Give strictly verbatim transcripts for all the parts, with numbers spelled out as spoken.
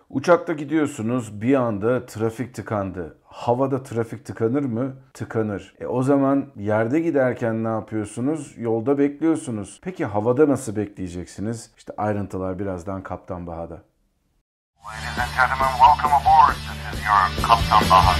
Uçakta gidiyorsunuz, bir anda trafik tıkandı. Havada trafik tıkanır mı? Tıkanır. E o zaman yerde giderken ne yapıyorsunuz? Yolda bekliyorsunuz. Peki havada nasıl bekleyeceksiniz? İşte ayrıntılar birazdan Kaptan Baha'da. Ladies and gentlemen, welcome aboard. This is your Kaptan Baha.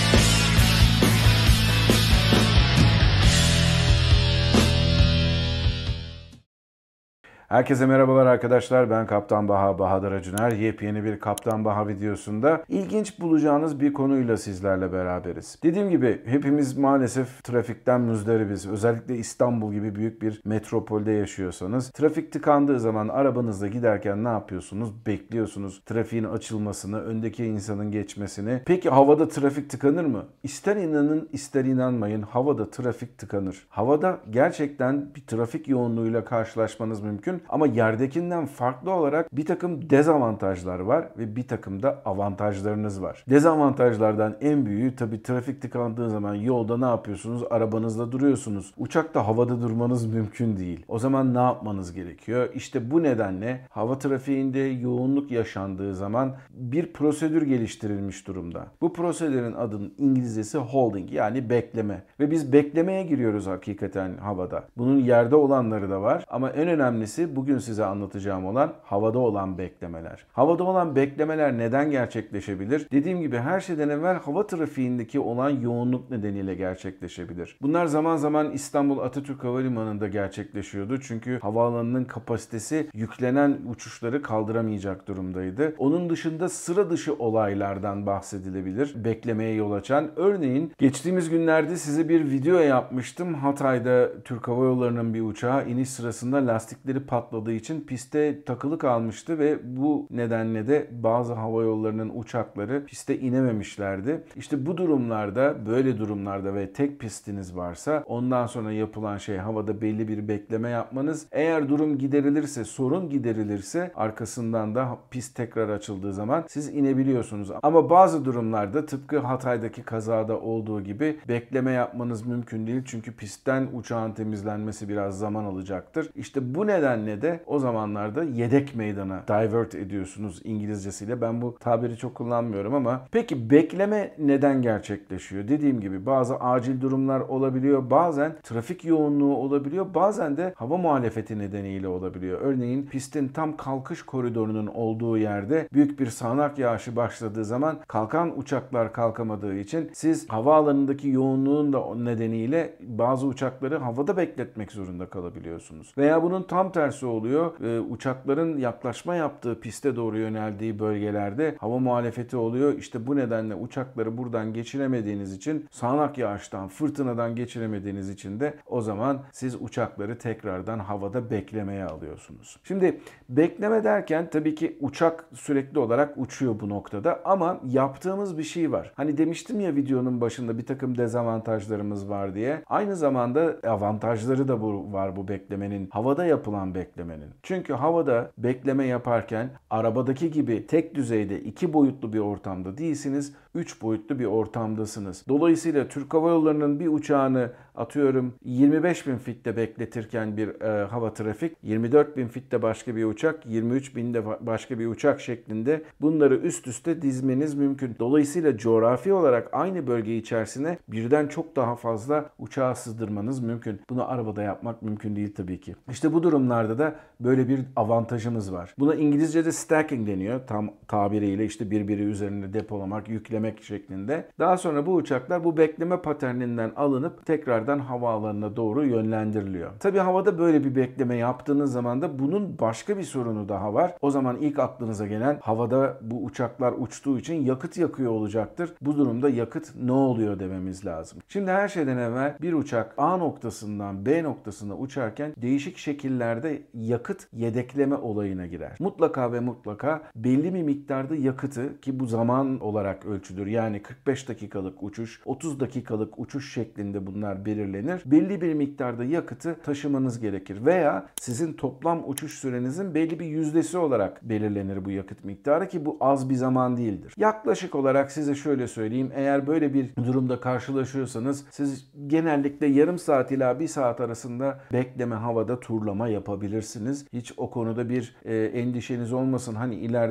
Herkese merhabalar arkadaşlar. Ben Kaptan Baha, Bahadır Acuner. Yepyeni bir Kaptan Baha videosunda ilginç bulacağınız bir konuyla sizlerle beraberiz. Dediğim gibi hepimiz maalesef trafikten muzdaribiz. Özellikle İstanbul gibi büyük bir metropolde yaşıyorsanız trafik tıkandığı zaman arabanızda giderken ne yapıyorsunuz? Bekliyorsunuz trafiğin açılmasını, öndeki insanın geçmesini. Peki havada trafik tıkanır mı? İster inanın ister inanmayın, havada trafik tıkanır. Havada gerçekten bir trafik yoğunluğuyla karşılaşmanız mümkün. Ama yerdekinden farklı olarak bir takım dezavantajlar var ve bir takım da avantajlarınız var. Dezavantajlardan en büyüğü tabii trafik tıkandığı zaman yolda ne yapıyorsunuz? Arabanızda duruyorsunuz. Uçakta havada durmanız mümkün değil. O zaman ne yapmanız gerekiyor? İşte bu nedenle hava trafiğinde yoğunluk yaşandığı zaman bir prosedür geliştirilmiş durumda. Bu prosedürün adının İngilizcesi holding, yani bekleme. Ve biz beklemeye giriyoruz hakikaten havada. Bunun yerde olanları da var ama en önemlisi bugün size anlatacağım olan havada olan beklemeler. Havada olan beklemeler neden gerçekleşebilir? Dediğim gibi her şeyden evvel hava trafiğindeki olan yoğunluk nedeniyle gerçekleşebilir. Bunlar zaman zaman İstanbul Atatürk Havalimanı'nda gerçekleşiyordu. Çünkü havaalanının kapasitesi yüklenen uçuşları kaldıramayacak durumdaydı. Onun dışında sıra dışı olaylardan bahsedilebilir. Beklemeye yol açan. Örneğin geçtiğimiz günlerde size bir video yapmıştım. Hatay'da Türk Hava Yolları'nın bir uçağı iniş sırasında lastikleri patladığı için piste takılı kalmıştı ve bu nedenle de bazı hava yollarının uçakları piste inememişlerdi. İşte bu durumlarda, böyle durumlarda ve tek pistiniz varsa ondan sonra yapılan şey havada belli bir bekleme yapmanız. Eğer durum giderilirse, sorun giderilirse arkasından da pist tekrar açıldığı zaman siz inebiliyorsunuz. Ama bazı durumlarda tıpkı Hatay'daki kazada olduğu gibi bekleme yapmanız mümkün değil. Çünkü pistten uçağın temizlenmesi biraz zaman alacaktır. İşte bu nedenle de o zamanlarda yedek meydana divert ediyorsunuz İngilizcesiyle. Ben bu tabiri çok kullanmıyorum ama peki bekleme neden gerçekleşiyor? Dediğim gibi bazı acil durumlar olabiliyor. Bazen trafik yoğunluğu olabiliyor. Bazen de hava muhalefeti nedeniyle olabiliyor. Örneğin pistin tam kalkış koridorunun olduğu yerde büyük bir sağanak yağışı başladığı zaman kalkan uçaklar kalkamadığı için siz havaalanındaki yoğunluğun da nedeniyle bazı uçakları havada bekletmek zorunda kalabiliyorsunuz. Veya bunun tam tersi oluyor. Ee, uçakların yaklaşma yaptığı piste doğru yöneldiği bölgelerde hava muhalefeti oluyor. İşte bu nedenle uçakları buradan geçiremediğiniz için, sağanak yağıştan, fırtınadan geçiremediğiniz için de o zaman siz uçakları tekrardan havada beklemeye alıyorsunuz. Şimdi bekleme derken tabii ki uçak sürekli olarak uçuyor bu noktada ama yaptığımız bir şey var. Hani demiştim ya videonun başında bir takım dezavantajlarımız var diye. Aynı zamanda avantajları da bu var bu beklemenin. Havada yapılan beklemenin. Çünkü havada bekleme yaparken arabadaki gibi tek düzeyde iki boyutlu bir ortamda değilsiniz, üç boyutlu bir ortamdasınız. Dolayısıyla Türk Hava Yolları'nın bir uçağını atıyorum yirmi beş bin fitte bekletirken bir e, hava trafik, yirmi dört bin fitte başka bir uçak, yirmi üç binde başka bir uçak şeklinde bunları üst üste dizmeniz mümkün. Dolayısıyla coğrafi olarak aynı bölge içerisine birden çok daha fazla uçağı sızdırmanız mümkün. Bunu arabada yapmak mümkün değil tabii ki. İşte bu durumlarda da böyle bir avantajımız var. Buna İngilizce'de stacking deniyor. Tam tabiriyle işte birbiri üzerine depolamak, yüklemek şeklinde. Daha sonra bu uçaklar bu bekleme paterninden alınıp tekrardan havaalanına doğru yönlendiriliyor. Tabii havada böyle bir bekleme yaptığınız zaman da bunun başka bir sorunu daha var. O zaman ilk aklınıza gelen havada bu uçaklar uçtuğu için yakıt yakıyor olacaktır. Bu durumda yakıt ne oluyor dememiz lazım. Şimdi her şeyden evvel bir uçak A noktasından B noktasına uçarken değişik şekillerde yakıt yedekleme olayına girer. Mutlaka ve mutlaka belli bir miktarda yakıtı, ki bu zaman olarak ölçülür. Yani kırk beş dakikalık uçuş, otuz dakikalık uçuş şeklinde bunlar belirlenir. Belli bir miktarda yakıtı taşımanız gerekir veya sizin toplam uçuş sürenizin belli bir yüzdesi olarak belirlenir bu yakıt miktarı, ki bu az bir zaman değildir. Yaklaşık olarak size şöyle söyleyeyim, eğer böyle bir durumda karşılaşıyorsanız siz genellikle yarım saat ila bir saat arasında bekleme havada turlama yapabilirsiniz. Hiç o konuda bir e, endişeniz olmasın. Hani ileride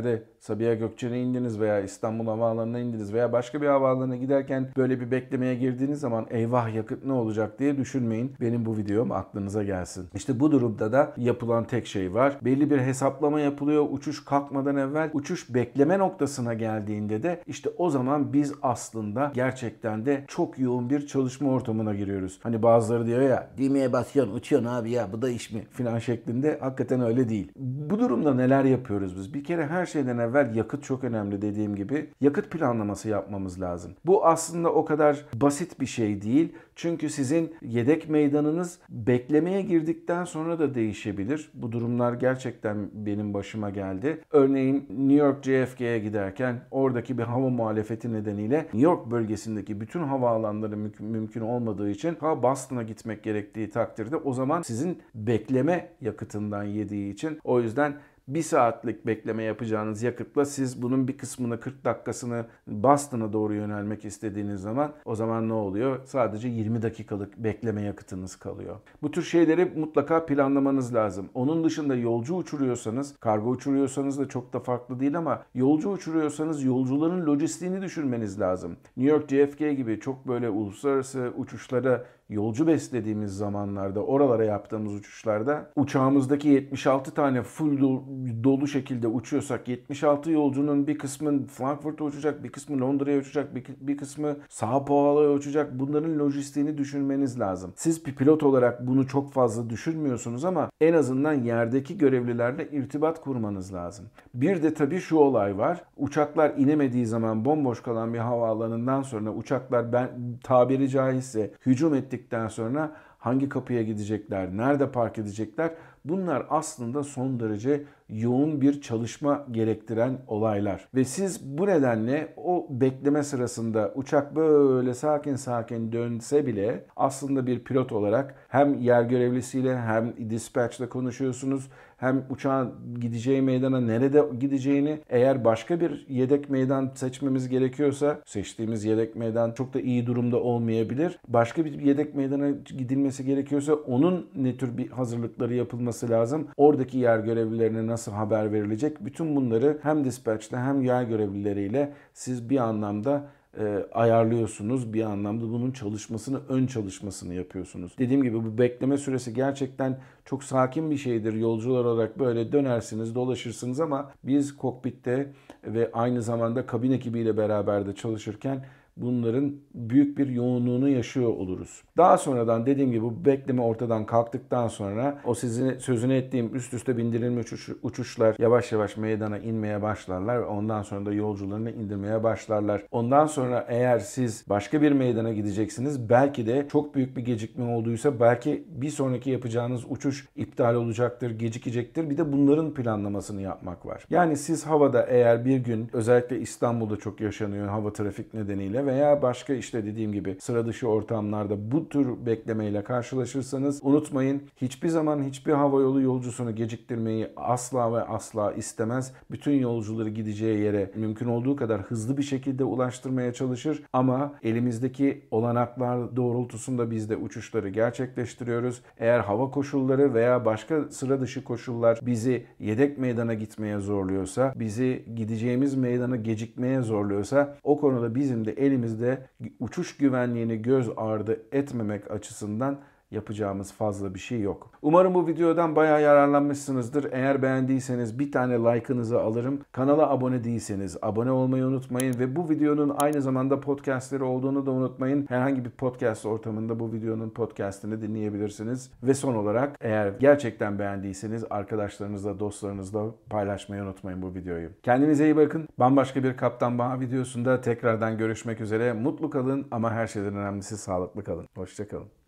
Sabiha Gökçen'e indiniz veya İstanbul Havaalanı'na indiniz veya başka bir havaalanına giderken böyle bir beklemeye girdiğiniz zaman eyvah yakıt ne olacak diye düşünmeyin. Benim bu videom aklınıza gelsin. İşte bu durumda da yapılan tek şey var. Belli bir hesaplama yapılıyor uçuş kalkmadan evvel. Uçuş bekleme noktasına geldiğinde de işte o zaman biz aslında gerçekten de çok yoğun bir çalışma ortamına giriyoruz. Hani bazıları diyor ya düğmeye basıyorsun uçuyorsun abi ya bu da iş mi filan şeklinde. Hakikaten öyle değil. Bu durumda neler yapıyoruz biz? Bir kere her şeyden evvel yakıt çok önemli dediğim gibi. Yakıt planlaması yapmamız lazım. Bu aslında o kadar basit bir şey değil. Çünkü sizin yedek meydanınız beklemeye girdikten sonra da değişebilir. Bu durumlar gerçekten benim başıma geldi. Örneğin New York J F K'ye giderken oradaki bir hava muhalefeti nedeniyle New York bölgesindeki bütün havaalanları mümkün, mümkün olmadığı için ha Boston'a gitmek gerektiği takdirde o zaman sizin bekleme yakıtından yediği için o yüzden bir saatlik bekleme yapacağınız yakıtla siz bunun bir kısmını kırk dakikasını Boston'a doğru yönelmek istediğiniz zaman o zaman ne oluyor? Sadece yirmi dakikalık bekleme yakıtınız kalıyor. Bu tür şeyleri mutlaka planlamanız lazım. Onun dışında yolcu uçuruyorsanız, kargo uçuruyorsanız da çok da farklı değil ama yolcu uçuruyorsanız yolcuların lojistiğini düşünmeniz lazım. New York J F K gibi çok böyle uluslararası uçuşlara yolcu beslediğimiz zamanlarda, oralara yaptığımız uçuşlarda uçağımızdaki yetmiş altı tane full dolu şekilde uçuyorsak yetmiş altı yolcunun bir kısmı Frankfurt'a uçacak, bir kısmı Londra'ya uçacak, bir, bir kısmı Sao Paulo'ya uçacak. Bunların lojistiğini düşünmeniz lazım. Siz bir pilot olarak bunu çok fazla düşünmüyorsunuz ama en azından yerdeki görevlilerle irtibat kurmanız lazım. Bir de tabii şu olay var. Uçaklar inemediği zaman bomboş kalan bir havaalanından sonra uçaklar ben tabiri caizse hücum ettikten sonra hangi kapıya gidecekler, nerede park edecekler? Bunlar aslında son derece yoğun bir çalışma gerektiren olaylar. Ve siz bu nedenle o bekleme sırasında uçak böyle sakin sakin dönse bile aslında bir pilot olarak hem yer görevlisiyle hem dispatch'la konuşuyorsunuz. Hem uçağın gideceği meydana nerede gideceğini, eğer başka bir yedek meydan seçmemiz gerekiyorsa, seçtiğimiz yedek meydan çok da iyi durumda olmayabilir. Başka bir yedek meydana gidilmesi gerekiyorsa onun ne tür bir hazırlıkları yapılması lazım. Oradaki yer görevlilerine nasıl haber verilecek? Bütün bunları hem dispatch'te hem yer görevlileriyle siz bir anlamda E, ayarlıyorsunuz. Bir anlamda bunun çalışmasını, ön çalışmasını yapıyorsunuz. Dediğim gibi bu bekleme süresi gerçekten çok sakin bir şeydir. Yolcular olarak böyle dönersiniz, dolaşırsınız ama biz kokpitte ve aynı zamanda kabin ekibiyle beraber de çalışırken bunların büyük bir yoğunluğunu yaşıyor oluruz. Daha sonradan dediğim gibi bu bekleme ortadan kalktıktan sonra o sizin sözünü ettiğim üst üste bindirilmiş uçuş, uçuşlar yavaş yavaş meydana inmeye başlarlar. Ondan sonra da yolcularını indirmeye başlarlar. Ondan sonra eğer siz başka bir meydana gideceksiniz, belki de çok büyük bir gecikme olduysa belki bir sonraki yapacağınız uçuş iptal olacaktır, gecikecektir. Bir de bunların planlamasını yapmak var. Yani siz havada eğer bir gün, özellikle İstanbul'da çok yaşanıyor hava trafik nedeniyle veya başka işte dediğim gibi sıra dışı ortamlarda bu tür beklemeyle karşılaşırsanız unutmayın, hiçbir zaman hiçbir havayolu yolcusunu geciktirmeyi asla ve asla istemez. Bütün yolcuları gideceği yere mümkün olduğu kadar hızlı bir şekilde ulaştırmaya çalışır ama elimizdeki olanaklar doğrultusunda biz de uçuşları gerçekleştiriyoruz. Eğer hava koşulları veya başka sıra dışı koşullar bizi yedek meydana gitmeye zorluyorsa, bizi gideceğimiz meydana gecikmeye zorluyorsa o konuda bizim de elimizde uçuş güvenliğini göz ardı etmemek açısından yapacağımız fazla bir şey yok. Umarım bu videodan bayağı yararlanmışsınızdır. Eğer beğendiyseniz bir tane like'ınızı alırım. Kanala abone değilseniz abone olmayı unutmayın ve bu videonun aynı zamanda podcastleri olduğunu da unutmayın. Herhangi bir podcast ortamında bu videonun podcastini dinleyebilirsiniz. Ve son olarak eğer gerçekten beğendiyseniz arkadaşlarınızla, dostlarınızla paylaşmayı unutmayın bu videoyu. Kendinize iyi bakın. Bambaşka bir Kaptan Baha videosunda tekrardan görüşmek üzere. Mutlu kalın ama her şeyden önemlisi sağlıklı kalın. Hoşça kalın.